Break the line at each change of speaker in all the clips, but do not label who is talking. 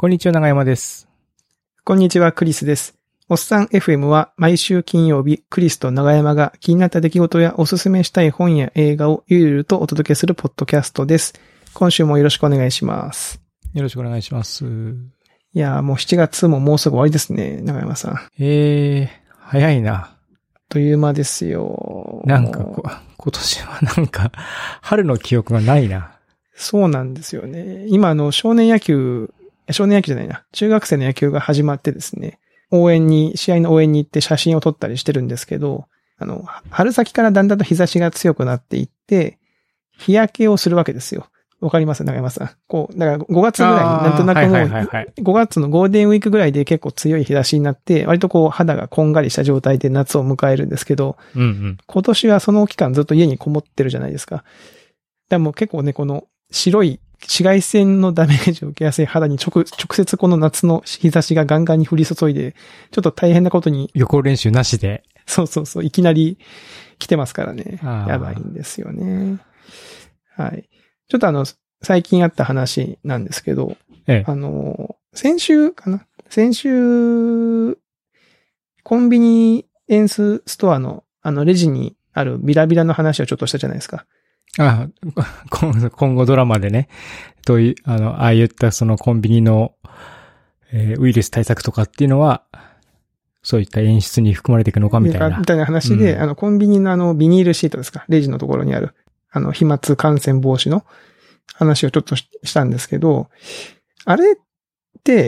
こんにちは、長山です。
こんにちは、クリスです。おっさん FM は毎週金曜日、クリスと長山が気になった出来事やおすすめしたい本や映画をゆるゆるとお届けするポッドキャストです。今週もよろしくお願いします。
よろしくお願いします。
いやーもう7月ももうすぐ終わりですね、長山さん。
早いな。
あっという間ですよ。
なんか今年はなんか、春の記憶がないな。
そうなんですよね。今少年野球じゃないな。中学生の野球が始まってですね、試合の応援に行って写真を撮ったりしてるんですけど、春先からだんだんと日差しが強くなっていって、日焼けをするわけですよ。わかります長山さん。だから5月ぐらいになんとなくもう、5月のゴールデンウィークぐらいで結構強い日差しになって、割と肌がこんがりした状態で夏を迎えるんですけど、今年はその期間ずっと家にこもってるじゃないですか。だからもう結構ね、この白い紫外線のダメージを受けやすい肌に直接この夏の日差しがガンガンに降り注いで、ちょっと大変なことに。
予行練習なしで。
そう、いきなり来てますからね。やばいんですよね。はい。ちょっと最近あった話なんですけど、先週、コンビニエンスストアのレジにあるビラビラの話をちょっとしたじゃないですか。
今後ドラマでね、ああいったそのコンビニの、ウイルス対策とかっていうのは、そういった演出に含まれていくのかみたいな。
みたいな話で、コンビニのビニールシートですか、レジのところにある、飛沫感染防止の話をちょっとしたんですけど、あれって、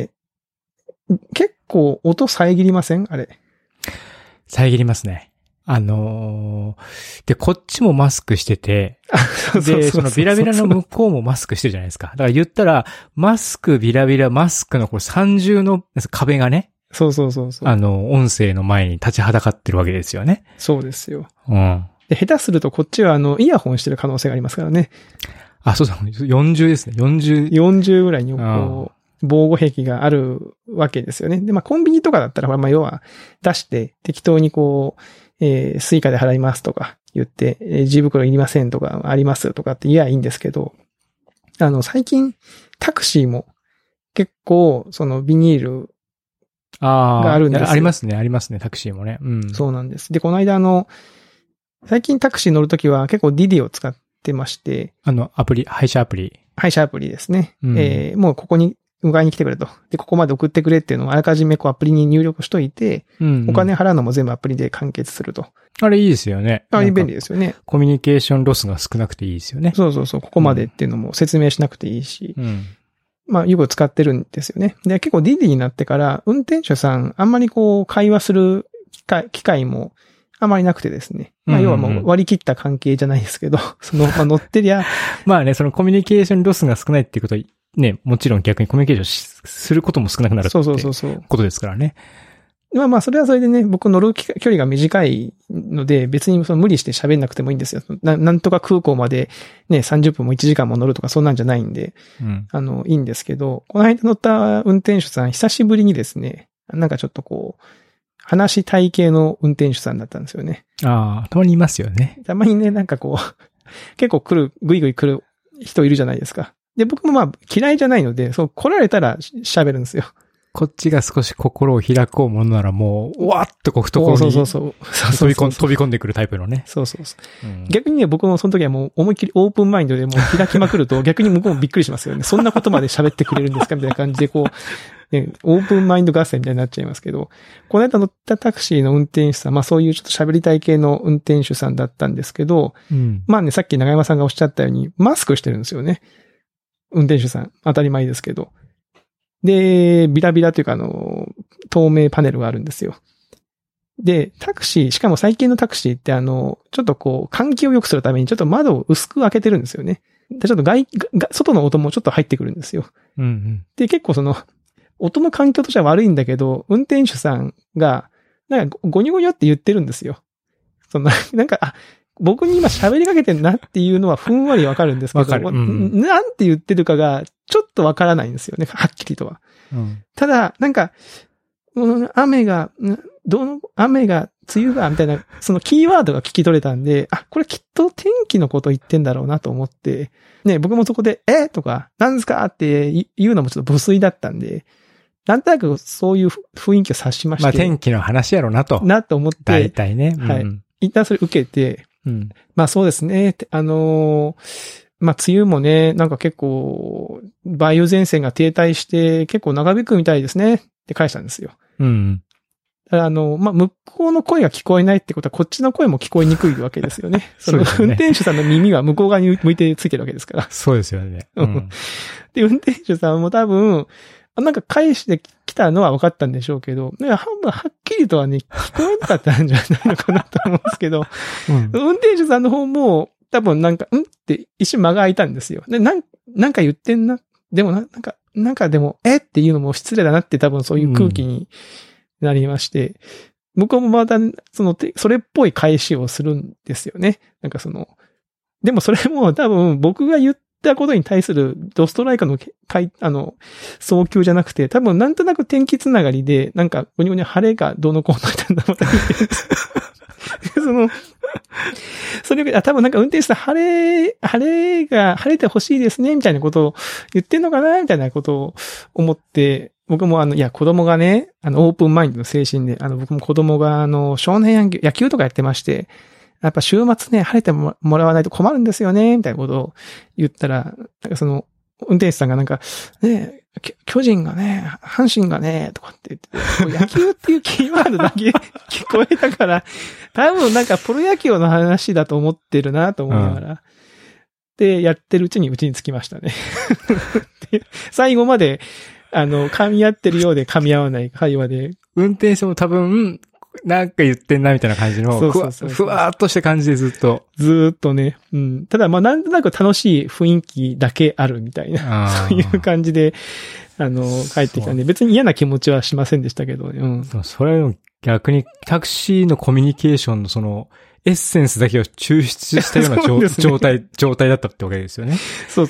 結構音遮りません？あれ。
遮りますね。で、こっちもマスクしてて、で、そのビラビラの向こうもマスクしてるじゃないですか。だから言ったら、マスク、ビラビラ、マスクのこれ三重の壁がね。
そう。
音声の前に立ちはだかってるわけですよね。
そうですよ。
うん。
で、下手するとこっちはイヤホンしてる可能性がありますからね。
そうだ、40ですね。
40ぐらいに防護壁があるわけですよね。で、コンビニとかだったら、要は出して適当にスイカで払いますとか言って、G 袋いりませんとかありますとかって言えばいいんですけど、最近タクシーも結構そのビニールがあるんですよ。
ありますね、タクシーもね。うん。
そうなんです。で、この間最近タクシー乗るときは結構ディディを使ってまして。
配車アプリ。
配車アプリですね。
うん、
もうここに迎えに来てくれと。で、ここまで送ってくれっていうのをあらかじめアプリに入力しといて、お金払うのも全部アプリで完結すると。
あれいいですよね。
便利ですよね。
コミュニケーションロスが少なくていいですよね。
そう、ここまでっていうのも説明しなくていいし。よく使ってるんですよね。で、結構ディディになってから、運転手さん、あんまり会話する機会もあまりなくてですね。要はもう割り切った関係じゃないですけど、乗ってりゃ。
そのコミュニケーションロスが少ないっていうことは、ね、もちろん逆にコミュニケーションすることも少なくなるってことですからね。
それはそれでね、僕乗る距離が短いので、別に無理して喋んなくてもいいんですよ。なんとか空港までね、30分も1時間も乗るとかそんなんじゃないんで、いいんですけど、この間乗った運転手さん、久しぶりにですね、なんかちょっと話したい系の運転手さんだったんですよね。
たまにいますよね。
たまにね、なんか結構ぐいぐい来る人いるじゃないですか。で、僕も嫌いじゃないので、来られたら喋るんですよ。
こっちが少し心を開こうものならもう、わーっと懐に飛び込んでくるタイプのね。
そう。逆にね、僕もその時はもう思いっきりオープンマインドでもう開きまくると逆に向こうもびっくりしますよね。そんなことまで喋ってくれるんですかみたいな感じでね、オープンマインド合戦みたいになっちゃいますけど、この間乗ったタクシーの運転手さん、そういうちょっと喋りたい系の運転手さんだったんですけど、さっき長山さんがおっしゃったようにマスクしてるんですよね。運転手さん。当たり前ですけど。で、ビラビラというか透明パネルがあるんですよ。で、タクシー、しかも最近のタクシーってちょっと換気を良くするためにちょっと窓を薄く開けてるんですよね。で、ちょっと外の音もちょっと入ってくるんですよ。で、結構音の環境としては悪いんだけど、運転手さんが、なんかゴニョゴニョって言ってるんですよ。なんか、僕に今喋りかけてんなっていうのはふんわりわかるんですけど、なんて言ってるかがちょっとわからないんですよね、はっきりとは。ただ、なんか、 雨が、雨が、梅雨が、みたいな、そのキーワードが聞き取れたんで、あ、これきっと天気のこと言ってんだろうなと思って、ね、僕もそこで、とか、何ですかって言うのもちょっと無粋だったんで、なんとなくそういう雰囲気を察しまして。
まあ天気の話やろうなと。
と思って。
大体ね。
はい。一旦それ受けて、まあそうですね。まあ梅雨もね、なんか結構、梅雨前線が停滞して結構長引くみたいですねって返したんですよ。まあ向こうの声が聞こえないってことはこっちの声も聞こえにくいわけですよね。その運転手さんの耳が向こう側に向いてついてるわけですから。
そうですよね。
で、運転手さんも多分、なんか返してきたのは分かったんでしょうけど、はっきりとはね、聞こえなかったんじゃないのかなと思うんですけど、運転手さんの方も多分なんか、って一瞬間が空いたんですよ。で、なんか言ってんな。でもなんかでも、っていうのも失礼だなって多分そういう空気になりまして、向こうもまた、それっぽい返しをするんですよね。なんかでもそれも多分僕が言ったことに対するドストライクの訴求じゃなくて、多分なんとなく天気つながりで、なんか、ごにごに晴れがどうのこうのみたいなまた言ってそれが、多分なんか運転手さん晴れてほしいですね、みたいなことを言ってんのかな、みたいなことを思って、僕も子供がね、オープンマインドの精神で、僕も子供が少年野球とかやってまして、やっぱ週末ね、晴れてもらわないと困るんですよね、みたいなことを言ったら、なんか運転手さんがなんか、ね、巨人がね、阪神がね、とかって言って、野球っていうキーワードだけ聞こえたから、多分なんかプロ野球の話だと思ってるなと思いながら、で、やってるうちに着きましたね。で最後まで、噛み合ってるようで噛み合わない会話で。
運転手も多分、なんか言ってんなみたいな感じの、ふわーっとした感じでずっと
ね。ただ、まあ、なんとなく楽しい雰囲気だけあるみたいな、そういう感じで、帰ってきたんで、別に嫌な気持ちはしませんでしたけど、
それを逆にタクシーのコミュニケーションのエッセンスだけを抽出したような状態だったってわけですよね。
そう。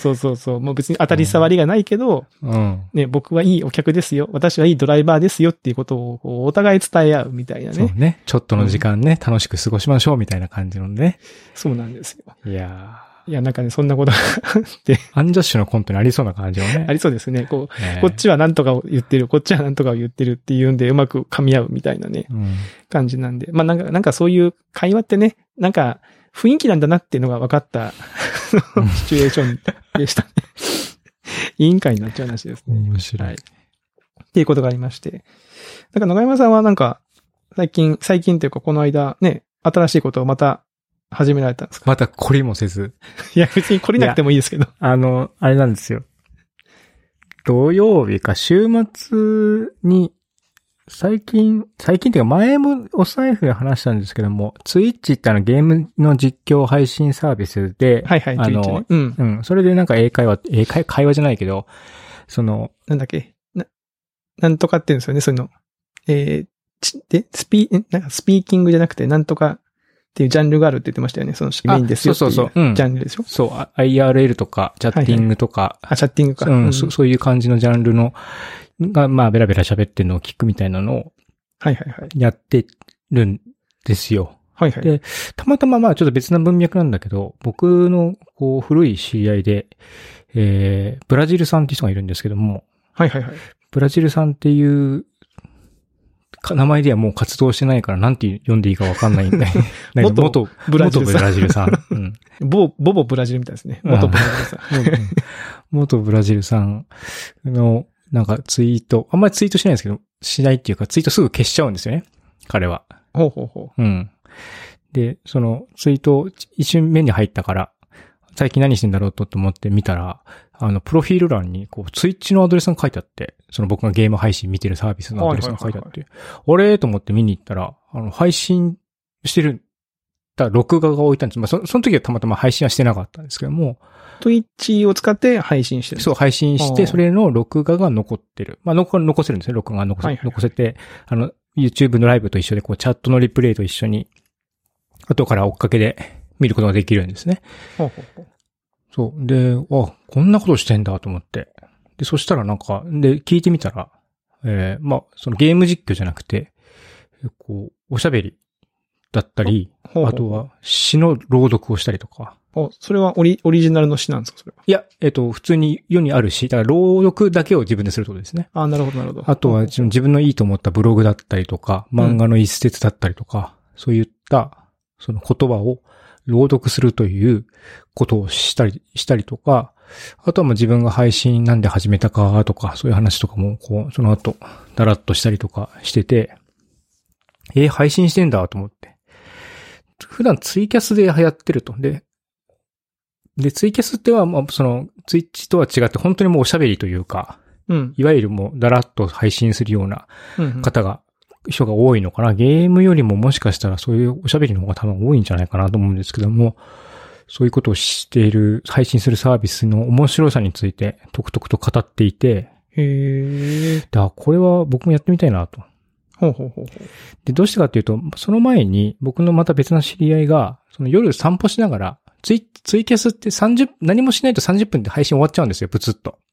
もう別に当たり障りがないけど、ね、僕はいいお客ですよ。私はいいドライバーですよっていうことをお互い伝え合うみたいなね。
そうね。ちょっとの時間ね、楽しく過ごしましょうみたいな感じのね。
そうなんですよ。
いや、
なんかね、そんなことがあって。
アンジャッシュのコントにありそうな感じのね。
ありそうですね。こっちは何とかを言ってる、こっちは何とかを言ってるっていうんで、うまく噛み合うみたいなね、感じなんで。まあなんかそういう会話ってね、なんか雰囲気なんだなっていうのが分かったシチュエーションでしたね。委員会になっちゃう話ですね。
面白い。
はい。っていうことがありまして。なんか野山さんはなんか、最近というかこの間ね、新しいことをまた始められたんですか？
また懲りもせず。
いや、別に懲りなくてもいいですけど。
あれなんですよ。土曜日か週末に、最近っていうか前もお財布で話したんですけども、ツイッチってゲームの実況配信サービスで、
はい、ツイッチね。
それでなんか会話じゃないけど、
なんだっけなんとかって言うんですよね、そういうの。スピーキングじゃなくて、なんとかっていうジャンルがあるって言ってましたよね。そのメインですよっていうジャンルでしょ。
そう、IRL とか、チャッティングとか。
チャッティングか。
そういう感じのジャンルの、が、まあ、ベラベラ喋ってるのを聞くみたいなのを、やってるんですよ。で、たまたままあ、ちょっと別な文脈なんだけど、僕の、古い知り合いで、ブラジルさんって人がいるんですけども、ブラジルさんっていう、名前ではもう活動してないからなんて呼んでいいかわかんないんで。元ブラジルさん。
ボボブラジルみたいですね。元ブラジルさん。
元ブラジルさんの、なんかツイート、あんまりツイートしないんですけど、しないっていうかツイートすぐ消しちゃうんですよね。彼は。で、そのツイート一瞬目に入ったから、最近何してんだろうと思って見たら、プロフィール欄に、ツイッチのアドレスが書いてあって、僕がゲーム配信見てるサービスのアドレスが書いてあって、あれと思って見に行ったら、配信してる、録画が置いたんです。まあ、その時はたまたま配信はしてなかったんですけども。
ツイッチを使って配信してる。
そう、配信して、それの録画が残ってる。まあ、残せるんですね、録画が残せて、YouTube のライブと一緒で、チャットのリプレイと一緒に、後から追っかけで見ることができるんですね。そう。で、こんなことしてんだと思って。で、そしたらなんか、で、聞いてみたら、 まあ、そのゲーム実況じゃなくて、こう、おしゃべりだったり、あとは詩の朗読をしたりとか。
それはオリジナルの詩なんですかそれは。
いや、普通に世にある詩、だから朗読だけを自分でするってことですね。
なるほど、なるほど。
あとは自分のいいと思ったブログだったりとか、漫画の一節だったりとか、そういった、その言葉を朗読するということをしたりとか、あとは自分が配信なんで始めたかとか、そういう話とかも、こう、その後、だらっとしたりとかしてて、配信してんだと思って。普段ツイキャスで流行ってると。で、ツイキャスっては、まあ、その、ツイッチとは違って本当にもうおしゃべりというか、いわゆるもうだらっと配信するような人が多いのかな。ゲームよりももしかしたらそういうおしゃべりの方が多分多いんじゃないかなと思うんですけども、そういうことをしている、配信するサービスの面白さについて、とくとくと語っていて、これは僕もやってみたいなと。で、どうしてかっていうと、その前に僕のまた別の知り合いが、その夜散歩しながら、ツイキャスって何もしないと30分で配信終わっちゃうんですよ、ブツッと。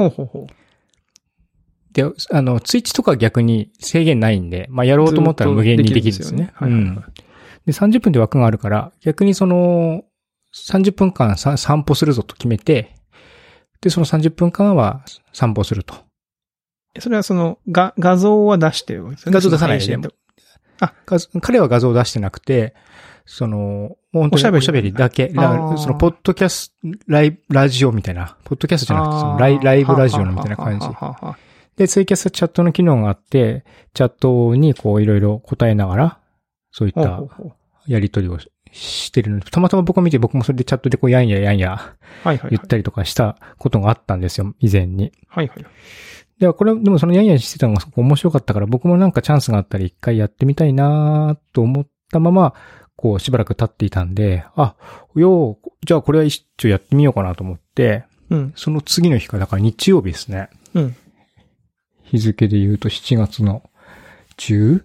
で、ツイッチとか逆に制限ないんで、まあ、やろうと思ったら無限にできるんですね。で、30分で枠があるから、逆にその、30分間散歩するぞと決めて、で、その30分間は散歩すると。
それはその、画像は出してるわけですね。
画像出さないでね。彼は画像を出してなくて、その、本当におしゃべりだけ、その、ポッドキャスト、ラジオみたいな、ポッドキャストじゃなくて、そのライブラジオみたいな感じ。で、ツイキャスチャットの機能があって、チャットにこういろいろ答えながら、そういったやりとりをしてるので、たまたま僕を見て僕もそれでチャットでこうやんや言ったりとかしたことがあったんですよ、以前に。で、これ、でもそのやんやしてたのがすごく面白かったから、僕もなんかチャンスがあったら一回やってみたいなと思ったまま、こうしばらく経っていたんで、じゃあこれは一応やってみようかなと思って、その次の日から、だから日曜日ですね。日付で言うと7月の19。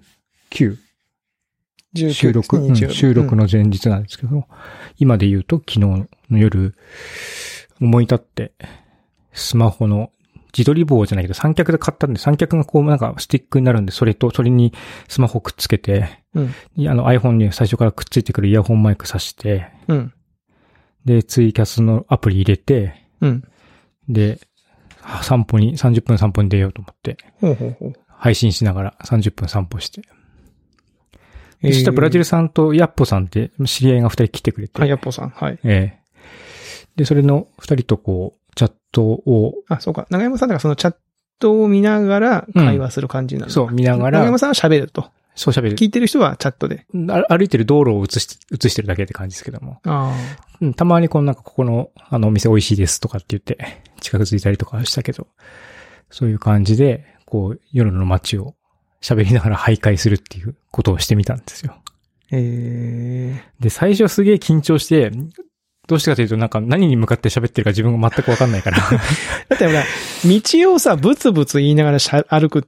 収録の前日なんですけど、今で言うと昨日の夜、思い立って、スマホの自撮り棒じゃないけど三脚で買ったんで、三脚がこうなんかスティックになるんで、それにスマホくっつけて、iPhone に最初からくっついてくるイヤホンマイク挿して、で、ツイキャスのアプリ入れて、で、30分散歩に出ようと思って、配信しながら30分散歩して、そしたらブラジルさんとヤッポさんって知り合いが2人来てくれて。
ヤッポさん、はい。
で、それの2人とこう、チャットを。
そうか。長山さんだからそのチャットを見ながら会話する感じなんだ、
そう、見ながら。
長山さんは喋ると。
そう喋る。
聞いてる人はチャットで。
歩いてる道路を映してるだけって感じですけども。たまにここの、お店美味しいですとかって言って、近づいたりとかしたけど、そういう感じで、こう、夜の街を喋りながら徘徊するっていうことをしてみたんですよ。で、最初はすげえ緊張して、どうしてかというと何に向かって喋ってるか自分が全くわかんないから。
だってほら、道をさ、ブツブツ言いながら歩くって、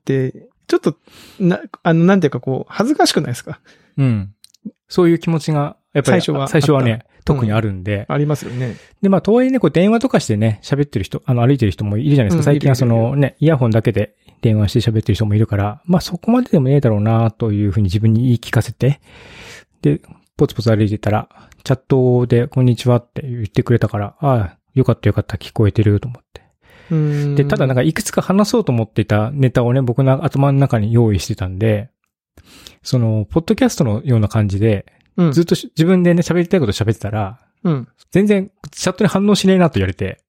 ちょっと、なんていうかこう、恥ずかしくないですか？
そういう気持ちが、やっぱり最初はね、特にあるんで。
ありますよね。
で、まあ、とはいえね、こう電話とかしてね、喋ってる人、歩いてる人もいるじゃないですか。最近はそのね、イヤホンだけで電話して喋ってる人もいるから、まあ、そこまででもねえだろうな、というふうに自分に言い聞かせて、で、ポツポツ歩いてたら、チャットでこんにちはって言ってくれたから、よかった聞こえてると思って。で、ただいくつか話そうと思っていたネタをね、僕の頭の中に用意してたんで、その、ポッドキャストのような感じで、ずっと自分でね、喋りたいこと喋ってたら、全然チャットに反応しねえなと言われて。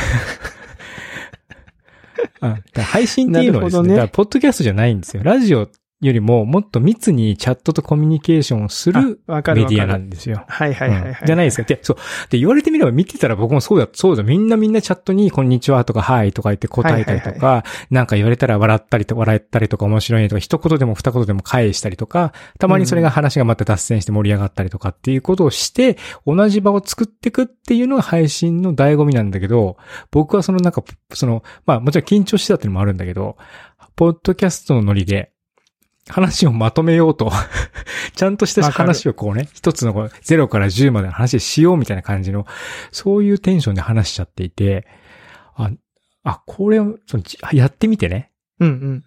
配信っていうのはですね、だからポッドキャストじゃないんですよ。ラジオよりももっと密にチャットとコミュニケーションをするメディアなんですよ。
はい。じ
ゃないですか。で、そう。で、言われてみれば見てたら僕もそうだ。みんなチャットにこんにちはとかはいとか言って答えたりとか、なんか言われたら笑ったりとか面白いねとか一言でも二言でも返したりとか、たまにそれが話がまた脱線して盛り上がったりとかっていうことをして、同じ場を作っていくっていうのが配信の醍醐味なんだけど、僕はまあもちろん緊張してたっていうのもあるんだけど、ポッドキャストのノリで、話をまとめようとちゃんとした話をこうね、一つの0から10までの話しようみたいな感じの、そういうテンションで話しちゃっていて、これをやってみてね、
うん。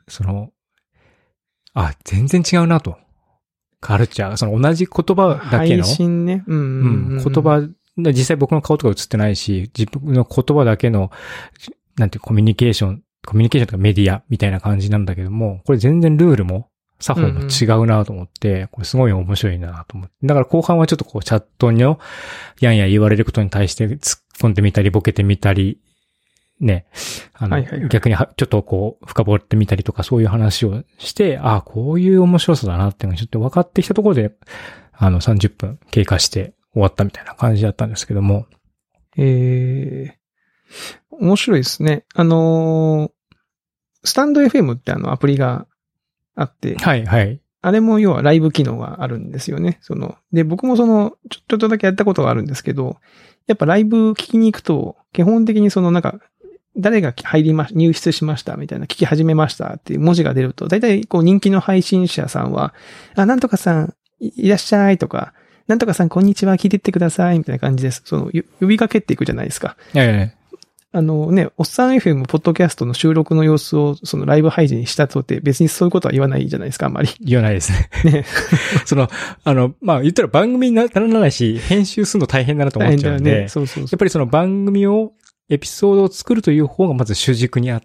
全然違うなと。カルチャー、その同じ言葉だけの。
配信ね。
言葉、実際僕の顔とか映ってないし、自分の言葉だけの、なんていうコミュニケーションとかメディアみたいな感じなんだけども、これ全然ルールも、作法も違うなと思って、これすごい面白いなと思って。だから後半はちょっとこうチャットのやんや言われることに対して突っ込んでみたり、ボケてみたり、ね、逆にちょっとこう深掘ってみたりとかそういう話をして、こういう面白さだなっていうのがちょっと分かってきたところで、30分経過して終わったみたいな感じだったんですけども。
面白いですね。スタンド FM ってアプリがあって。
はいはい。
あれも要はライブ機能があるんですよね。で、僕もちょっとだけやったことがあるんですけど、やっぱライブ聞きに行くと、基本的に誰が入室しましたみたいな、聞き始めましたっていう文字が出ると、だいたいこう人気の配信者さんは、なんとかさんいらっしゃいとか、なんとかさんこんにちは聞いてってくださいみたいな感じです。呼びかけていくじゃないですか。おっさん FM ポッドキャストの収録の様子をライブ配信にしたとって別にそういうことは言わないじゃないですか、あんまり。
言わないですね。ね。言ったら番組にならないし、編集するの大変だなと思っちゃうんで、
そう。
やっぱり番組エピソードを作るという方がまず主軸にあって、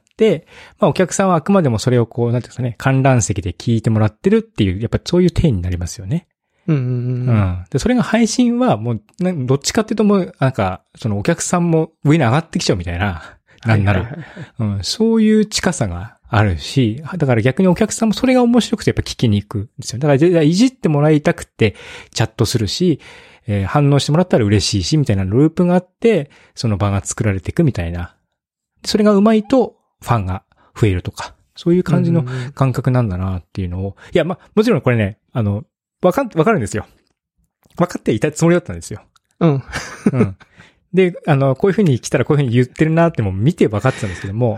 お客さんはあくまでもそれをこう、なんていうんですかね、観覧席で聞いてもらってるっていう、やっぱそういう体になりますよね。で、それが配信はもう、どっちかっていうともう、お客さんも上に上がってきちゃうみたいな、そういう近さがあるし、だから逆にお客さんもそれが面白くてやっぱ聞きに行くんですよ。だからいじってもらいたくてチャットするし、反応してもらったら嬉しいし、みたいなループがあって、その場が作られていくみたいな。それがうまいとファンが増えるとか、そういう感じの感覚なんだなっていうのを、いや、もちろんこれね、わかるんですよ。わかっていたつもりだったんですよ。で、こういう風に来たらこういう風に言ってるなっても見て分かってたんですけども、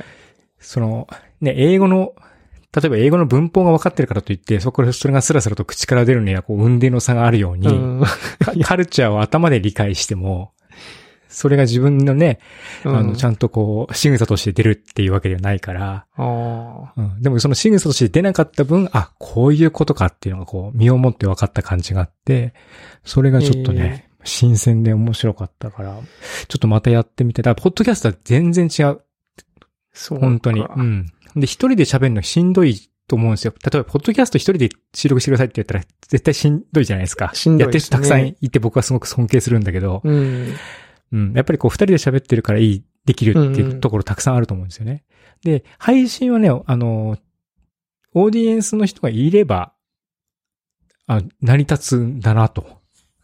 英語の、例えば英語の文法が分かってるからといって、それがスラスラと口から出るのや、雲泥の差があるように、カルチャーを頭で理解しても、それが自分のね、ちゃんとこう、仕草として出るっていうわけではないから、でもその仕草として出なかった分、こういうことかっていうのがこう、身をもって分かった感じがあって、それがちょっとね、新鮮で面白かったから、ちょっとまたやってみて、だからポッドキャストは全然違う。本当に。で、一人で喋るのしんどいと思うんですよ。例えば、ポッドキャスト一人で収録してくださいって言ったら、絶対しんどいじゃないですか。
しんどいですね。
やってる人たくさんいて僕はすごく尊敬するんだけど、やっぱりこう二人で喋ってるからできるっていうところたくさんあると思うんですよね。で、配信はね、オーディエンスの人がいれば、成り立つんだなと。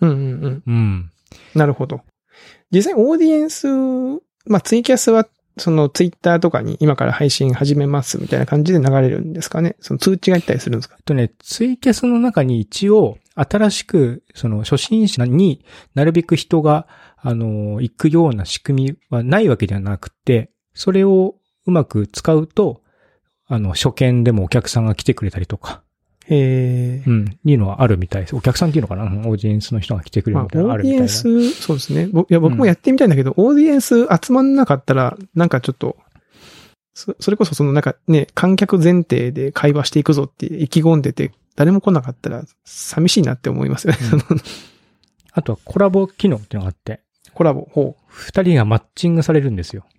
なるほど。実際オーディエンス、ツイキャスはツイッターとかに今から配信始めますみたいな感じで流れるんですかね。通知がいったりするんですか？
ツイキャスの中に一応新しく初心者になるべく人が行くような仕組みはないわけではなくて、それをうまく使うと初見でもお客さんが来てくれたりとか。いうのはあるみたいです。お客さんっていうのかな？オーディエンスの人が来てくれるみたいなのがあるみたいな。
オーディエンス、そうですね。僕もやってみたいんだけど、オーディエンス集まんなかったら、なんかちょっと、それこそ観客前提で会話していくぞって意気込んでて、誰も来なかったら寂しいなって思いますよね。
あとはコラボ機能っていうのがあって。
コラボ、
二人がマッチングされるんですよ。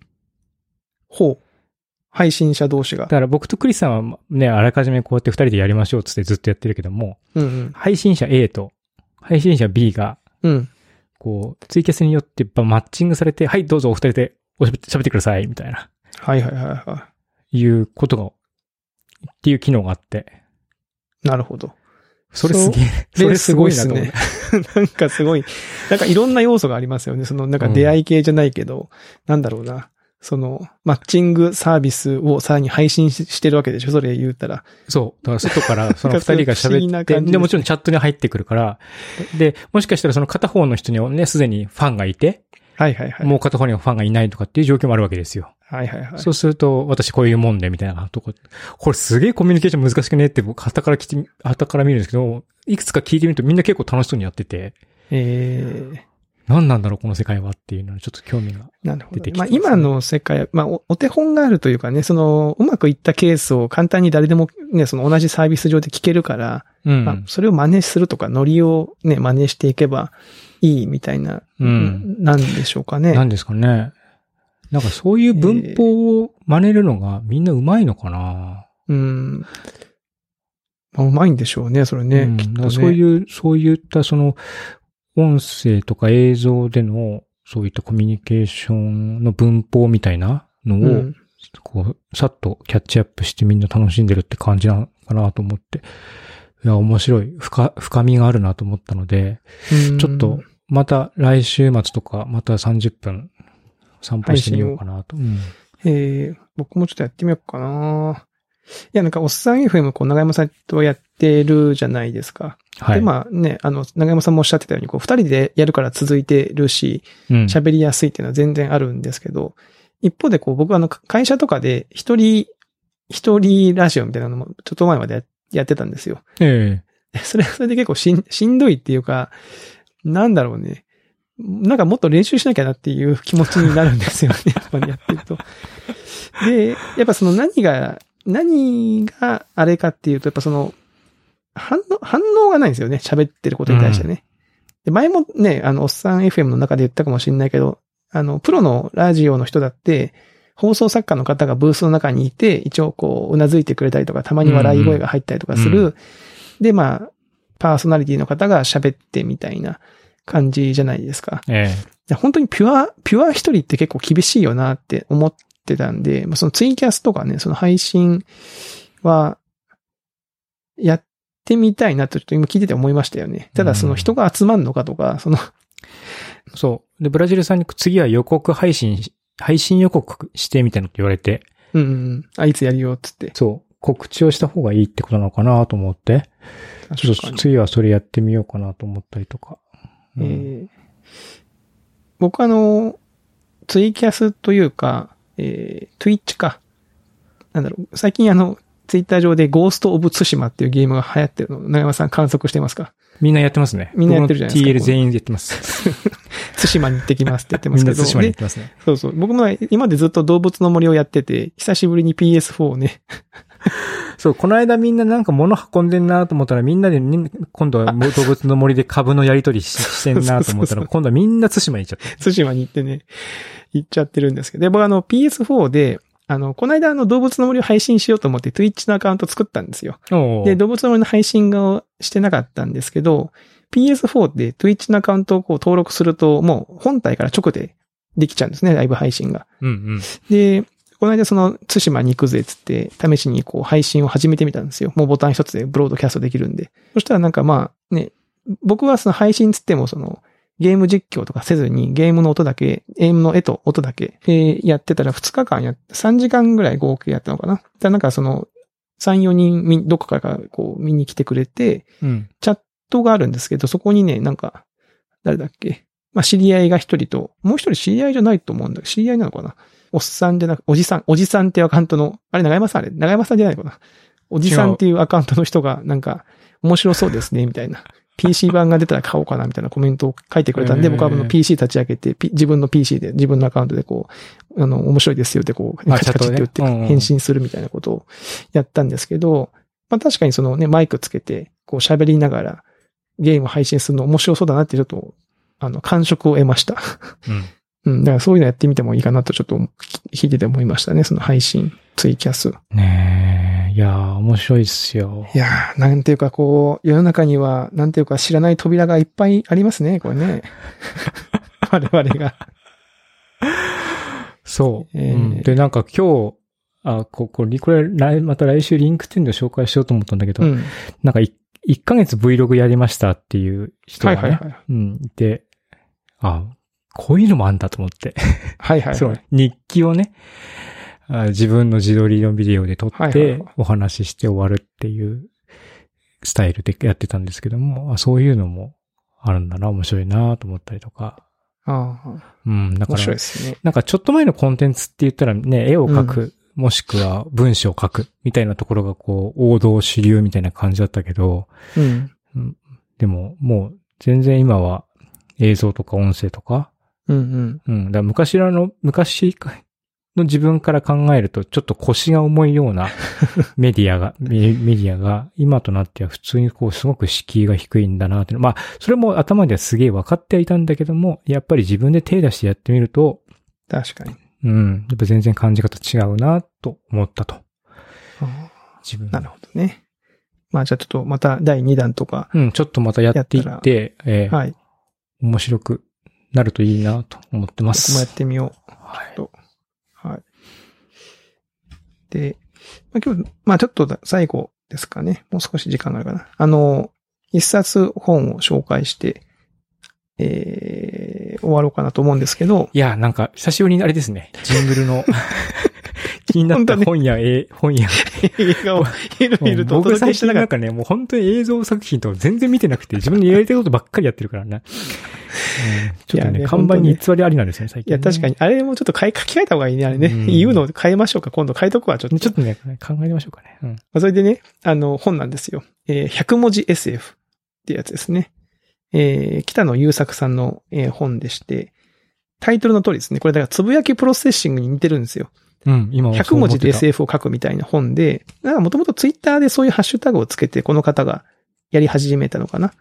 配信者同士が。
だから僕とクリスさんはね、あらかじめこうやって二人でやりましょうつってずっとやってるけども、配信者 A と配信者 B が、こう、ツイキャスによってマッチングされて、はい、どうぞお二人で喋ってください、みたいな。いうことが、っていう機能があって。
なるほど。
それすげえ。それすごいなと思う。
なんかすごい。なんかいろんな要素がありますよね。なんか出会い系じゃないけど、なんだろうな。マッチングサービスをさらに配信してるわけでしょ？それ言うたら。そう。だから外からその二人が喋って、で、もちろんチャットに入ってくるから、で、もしかしたらその片方の人にはね、すでにファンがいて、もう片方にはファンがいないとかっていう状況もあるわけですよ。そうすると、私こういうもんで、みたいなとこ。これすげえコミュニケーション難しくねって僕、旗から見るんですけど、いくつか聞いてみるとみんな結構楽しそうにやってて。
何なんだろうこの世界はっていうのにちょっと興味が
なるほど。
出てきて、
まあ今の世界、まあお手本があるというかね、うまくいったケースを簡単に誰でもね、同じサービス上で聞けるから、まあそれを真似するとか、ノリをね、真似していけばいいみたいな、なんでしょうかね。
なんですかね。なんかそういう文法を真似るのがみんな上手いのかな。
まあ、上手いんでしょうね、それね。きっとね。
そういった音声とか映像での、そういったコミュニケーションの文法みたいなのを、こう、さっとキャッチアップしてみんな楽しんでるって感じなのかなと思って。いや、面白い。深みがあるなと思ったので、ちょっと、また来週末とか、また30分散歩してみようかなと。
僕もちょっとやってみようかな。いや、なんか、おっさん FM 長山さんとやってるじゃないですか。はい。で、まあね、長山さんもおっしゃってたように、二人でやるから続いてるし、喋りやすいっていうのは全然あるんですけど、一方で僕は会社とかで一人ラジオみたいなのもちょっと前までやってたんですよ。それで結構しんどいっていうか、なんだろうね。なんかもっと練習しなきゃなっていう気持ちになるんですよね。やっぱりやってると。で、やっぱ何があれかっていうと、やっぱ反応がないんですよね。喋ってることに対してね。で、前もね、おっさん FM の中で言ったかもしれないけど、プロのラジオの人だって、放送作家の方がブースの中にいて、一応うなずいてくれたりとか、たまに笑い声が入ったりとかする。で、まあ、パーソナリティの方が喋ってみたいな感じじゃないですか。本当にピュア一人って結構厳しいよなって思ってたんで、そのツイキャスとかね、その配信は、やってみたいなとちょっと今聞いてて思いましたよね。ただ人が集まんのかとか、
そう。で、ブラジルさんに次は配信予告してみたいなって言われて。
いつやるよっつって。
そう。告知をした方がいいってことなのかなと思って。ちょっと次はそれやってみようかなと思ったりとか。
僕ツイキャスというか、Twitch か。なんだろう、最近ツイッター上でゴースト・オブ・ツシマっていうゲームが流行ってるの、長山さん観測してますか？
みんなやってますね。
みんなやってるじゃないですか。
TL 全員でやってます。
ツシマに行ってきますって言ってますけど。
みんなツシマに行ってますね。
そうそう。僕も今までずっと動物の森をやってて、久しぶりに PS4 をね。
そう、この間みんななんか物運んでんなと思ったらみんなで今度は動物の森で株のやり取りしてんなと思ったら今度はみんなツシマに行っちゃった。
ツシマに行ってね、行っちゃってるんですけど。で、僕PS4 で、この間動物の森を配信しようと思って Twitch のアカウント作ったんですよ。で、動物の森の配信をしてなかったんですけど、PS4 で Twitch のアカウントを登録すると、もう本体から直でできちゃうんですね、ライブ配信が。で、この間対馬に行くぜっつって、試しに配信を始めてみたんですよ。もうボタン一つでブロードキャストできるんで。そしたらなんかまあね、僕は配信つってもゲーム実況とかせずにゲームの音だけ、ゲームの絵と音だけ、やってたら2日間3時間ぐらい合計やったのかな。なんか3、4人どっかから見に来てくれて、チャットがあるんですけど、そこにね、なんか、誰だっけ？まあ、知り合いが一人と、もう一人知り合いじゃないと思うんだけど、知り合いなのかな？おっさんじゃなく、おじさんっていうアカウントの、あれ長山さんじゃないのかな？おじさんっていうアカウントの人が、なんか、面白そうですね、みたいな。PC 版が出たら買おうかなみたいなコメントを書いてくれたんで、僕はPC 立ち上げて、自分の PC で、自分のアカウントで面白いですよってカチカチって言って返信するみたいなことをやったんですけど、まあ確かにマイクつけて、喋りながらゲーム配信するの面白そうだなってちょっと、感触を得ました。だからそういうのやってみてもいいかなとちょっと聞いてて思いましたね、配信、ツイキャス。
ねえ、いやー、面白いっすよ。
いやー、なんていうか世の中には、なんていうか知らない扉がいっぱいありますね、これね。我々が。
そう。で、なんか今日、これ、また来週リンク10で紹介しようと思ったんだけど、なんか1ヶ月 Vlog やりましたっていう人がね、いて、こういうのもあんだと思って。そう、日記をね、自分の自撮りのビデオで撮ってお話しして終わるっていうスタイルでやってたんですけども、そういうのもあるんだな、面白いなと思ったりとか。だから
面白いですね。
なんかちょっと前のコンテンツって言ったらね、絵を描く、もしくは文章を書くみたいなところが王道主流みたいな感じだったけど、でももう全然今は映像とか音声とか。
うんうん。
だから昔の自分から考えると、ちょっと腰が重いようなメディアが、今となっては普通にこう、すごく敷居が低いんだなって。まあ、それも頭ではすげえ分かってはいたんだけども、やっぱり自分で手出してやってみると、
確かに。
やっぱ全然感じ方違うな、と思ったと。自分。
なるほどね。まあじゃあちょっとまた第2弾とか。
ちょっとまたやっていって、
はい。
面白くなるといいなと思ってます。
僕もやってみよう。
はい。
はい。で、今日、ちょっと最後ですかね。もう少し時間があるかな。一冊本を紹介して、終わろうかなと思うんですけど。
いや、なんか、久しぶりにあれですね。ジングルの気になった本や映
画をいろいろとお届けしてなかった。
なんかね、もう本当に映像作品とか全然見てなくて、自分でやりたいことばっかりやってるからね。ちょっとね、看板に偽りありなんですね、最近、
いや、確かに。あれもちょっと書き換えた方がいいね、あれね。言うのを変えましょうか。今度変えとくわ、ちょっと。
ちょっとね、考えましょうかね。
それでね、本なんですよ。100文字 SF っていうやつですね。北野優作さんの本でして、タイトルの通りですね。これだからつぶやきプロセッシングに似てるんですよ。
今
100文字で SF を書くみたいな本で、もともとツイッターでそういうハッシュタグをつけてこの方がやり始めたのかな。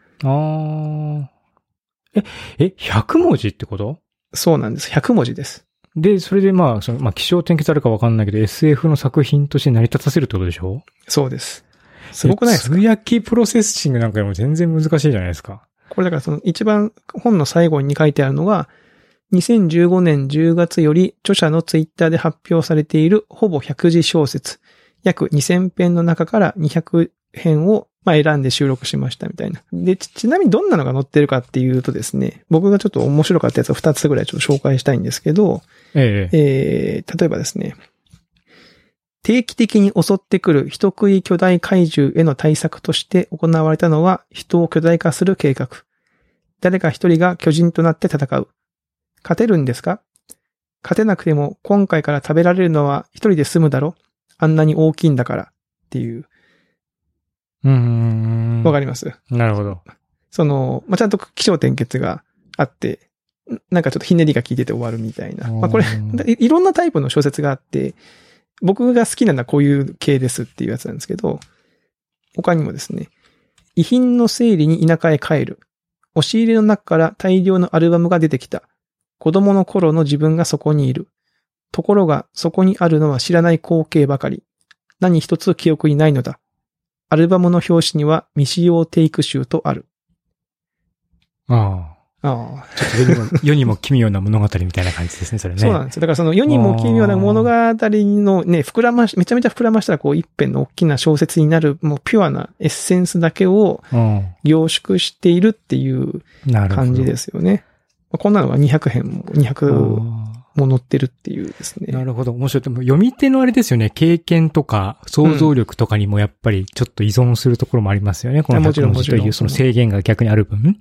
100文字ってこと？
そうなんです。100文字です。
で、それで気象転結あるかわかんないけど、SF の作品として成り立たせるってことでしょ？
そうです。すごくないですか？
つぶやきプロセッシングなんかよりも全然難しいじゃないですか。
これだからその一番本の最後に書いてあるのが、2015年10月より著者のツイッターで発表されているほぼ100字小説、約2000編の中から200編を選んで収録しましたみたいな。で、ちなみにどんなのが載ってるかっていうとですね、僕がちょっと面白かったやつを2つぐらいちょっと紹介したいんですけど、例えばですね、定期的に襲ってくる人食い巨大怪獣への対策として行われたのは人を巨大化する計画。誰か一人が巨人となって戦う。勝てるんですか？勝てなくても今回から食べられるのは一人で済むだろ？あんなに大きいんだからっていう。わかります？
なるほど。
ちゃんと起承転結があって、なんかちょっとひねりが効いてて終わるみたいな。これ、いろんなタイプの小説があって、僕が好きなのはこういう系ですっていうやつなんですけど、他にもですね、遺品の整理に田舎へ帰る。押し入れの中から大量のアルバムが出てきた。子供の頃の自分がそこにいる。ところが、そこにあるのは知らない光景ばかり。何一つ記憶にないのだ。アルバムの表紙には未使用テイク集とある。
ちょっと世にも奇妙な物語みたいな感じですね、それね。
そうなんですよ。だからその世にも奇妙な物語のね、めちゃめちゃ膨らましたらこう一編の大きな小説になる、もうピュアなエッセンスだけを凝縮しているっていう感じですよね。こんなのが200編も200も載ってるっていうですね。
なるほど。面白い。でも読み手のあれですよね。経験とか想像力とかにもやっぱりちょっと依存するところもありますよね。この100文字というその制限が逆にある分。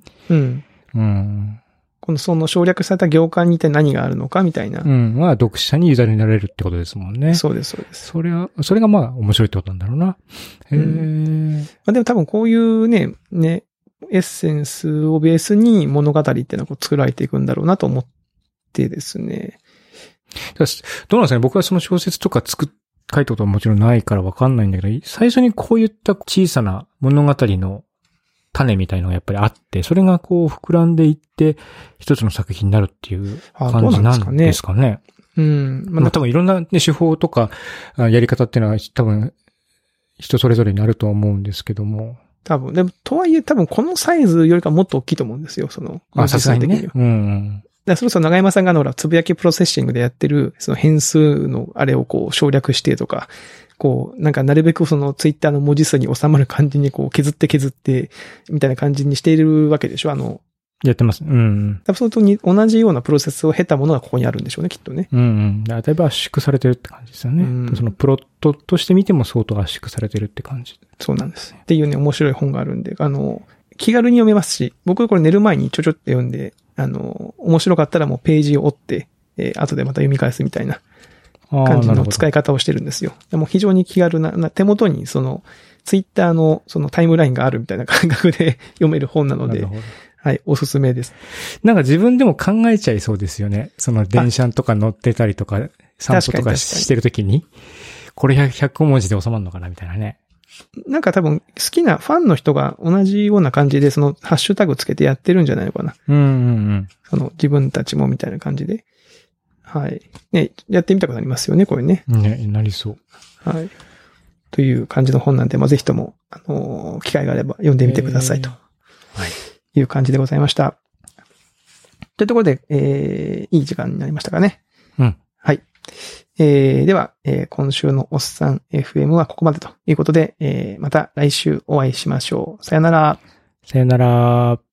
その省略された行間に一体何があるのかみたいな。
は読者に委ねられるってことですもんね。
そうです、そうです。
それが面白いってことなんだろうな。
でも多分こういうね、エッセンスをベースに物語っていうのは作られていくんだろうなと思ってですね。
どうなんですかね、僕はその小説とか書いたことはもちろんないからわかんないんだけど、最初にこういった小さな物語の種みたいのがやっぱりあって、それがこう膨らんでいって一つの作品になるっていう感じなんですかね。多分いろんな、手法とかやり方っていうのは多分人それぞれになるとは思うんですけども。
でも、とはいえ多分このサイズよりかもっと大きいと思うんですよ、
さすがにね。
そろそろ長山さんがつぶやきプロセッシングでやってる、その変数のあれを省略してとか、なんかなるべくツイッターの文字数に収まる感じに削って、みたいな感じにしているわけでしょ
やってます。多
分それと同じようなプロセスを経たものがここにあるんでしょうね、きっとね。
だいぶ圧縮されてるって感じですよね。そのプロットとして見ても相当圧縮されてるって感じ。
そうなんです。っていうね、面白い本があるんで、気軽に読めますし、僕これ寝る前にちょちょって読んで、面白かったらもうページを折って、後でまた読み返すみたいな感じの使い方をしてるんですよ。でも非常に気軽な、手元にツイッターのタイムラインがあるみたいな感覚で読める本なので、 はい、おすすめです。
なんか自分でも考えちゃいそうですよね。その電車とか乗ってたりとか、散歩とかしてるときに、これ100文字で収まるのかなみたいなね。
なんか多分好きなファンの人が同じような感じでそのハッシュタグつけてやってるんじゃないのかな。
うんうんうん。
その自分たちもみたいな感じで。はい。ね、やってみたくなりますよね、これね。
ね、なりそう。
はい。という感じの本なんで、ぜひとも、機会があれば読んでみてくださいと。はい。いう感じでございました。というところで、いい時間になりましたかね。
うん。
はい。では、今週のおっさん FM はここまでということで、また来週お会いしましょう。さよなら。
さよなら。